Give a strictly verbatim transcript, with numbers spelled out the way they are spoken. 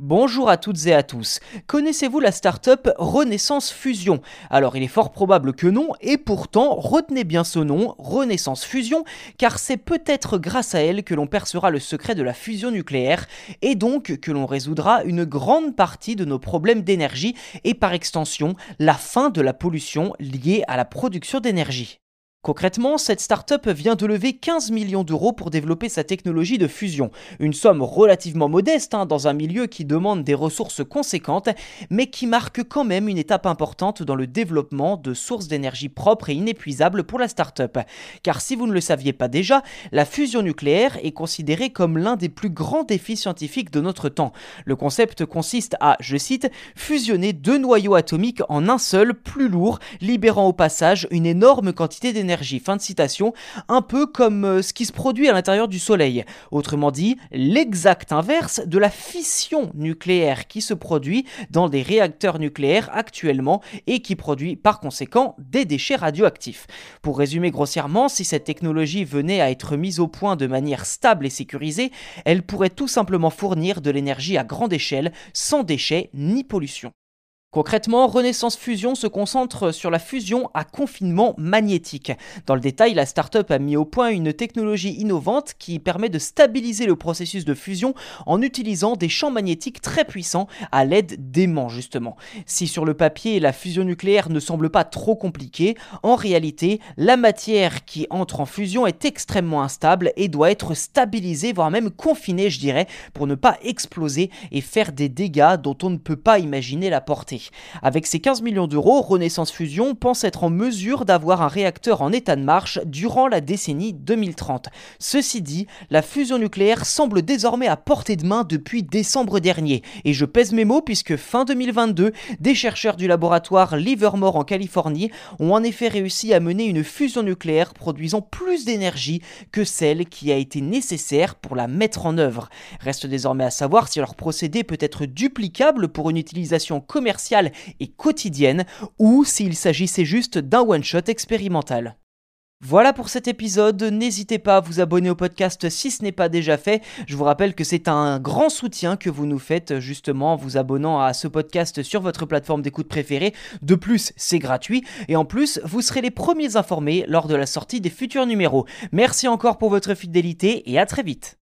Bonjour à toutes et à tous. Connaissez-vous la start-up Renaissance Fusion? Alors il est fort probable que non, et pourtant retenez bien ce nom, Renaissance Fusion, car c'est peut-être grâce à elle que l'on percera le secret de la fusion nucléaire, et donc que l'on résoudra une grande partie de nos problèmes d'énergie, et par extension, la fin de la pollution liée à la production d'énergie. Concrètement, cette start-up vient de lever quinze millions d'euros pour développer sa technologie de fusion. Une somme relativement modeste hein, dans un milieu qui demande des ressources conséquentes, mais qui marque quand même une étape importante dans le développement de sources d'énergie propres et inépuisables pour la start-up. Car si vous ne le saviez pas déjà, la fusion nucléaire est considérée comme l'un des plus grands défis scientifiques de notre temps. Le concept consiste à, je cite, fusionner deux noyaux atomiques en un seul, plus lourd, libérant au passage une énorme quantité d'énergie. Fin de citation, un peu comme euh, ce qui se produit à l'intérieur du Soleil. Autrement dit, l'exact inverse de la fission nucléaire qui se produit dans des réacteurs nucléaires actuellement et qui produit par conséquent des déchets radioactifs. Pour résumer grossièrement, si cette technologie venait à être mise au point de manière stable et sécurisée, elle pourrait tout simplement fournir de l'énergie à grande échelle, sans déchets ni pollution. Concrètement, Renaissance Fusion se concentre sur la fusion à confinement magnétique. Dans le détail, la start-up a mis au point une technologie innovante qui permet de stabiliser le processus de fusion en utilisant des champs magnétiques très puissants à l'aide d'aimants justement. Si sur le papier la fusion nucléaire ne semble pas trop compliquée, en réalité, la matière qui entre en fusion est extrêmement instable et doit être stabilisée, voire même confinée, je dirais, pour ne pas exploser et faire des dégâts dont on ne peut pas imaginer la portée. Avec ses quinze millions d'euros, Renaissance Fusion pense être en mesure d'avoir un réacteur en état de marche durant la décennie deux mille trente. Ceci dit, la fusion nucléaire semble désormais à portée de main depuis décembre dernier. Et je pèse mes mots puisque fin deux mille vingt-deux, des chercheurs du laboratoire Livermore en Californie ont en effet réussi à mener une fusion nucléaire produisant plus d'énergie que celle qui a été nécessaire pour la mettre en œuvre. Reste désormais à savoir si leur procédé peut être duplicable pour une utilisation commerciale et quotidienne ou s'il s'agissait juste d'un one-shot expérimental. Voilà pour cet épisode, n'hésitez pas à vous abonner au podcast si ce n'est pas déjà fait. Je vous rappelle que c'est un grand soutien que vous nous faites justement en vous abonnant à ce podcast sur votre plateforme d'écoute préférée. De plus, c'est gratuit et en plus, vous serez les premiers informés lors de la sortie des futurs numéros. Merci encore pour votre fidélité et à très vite.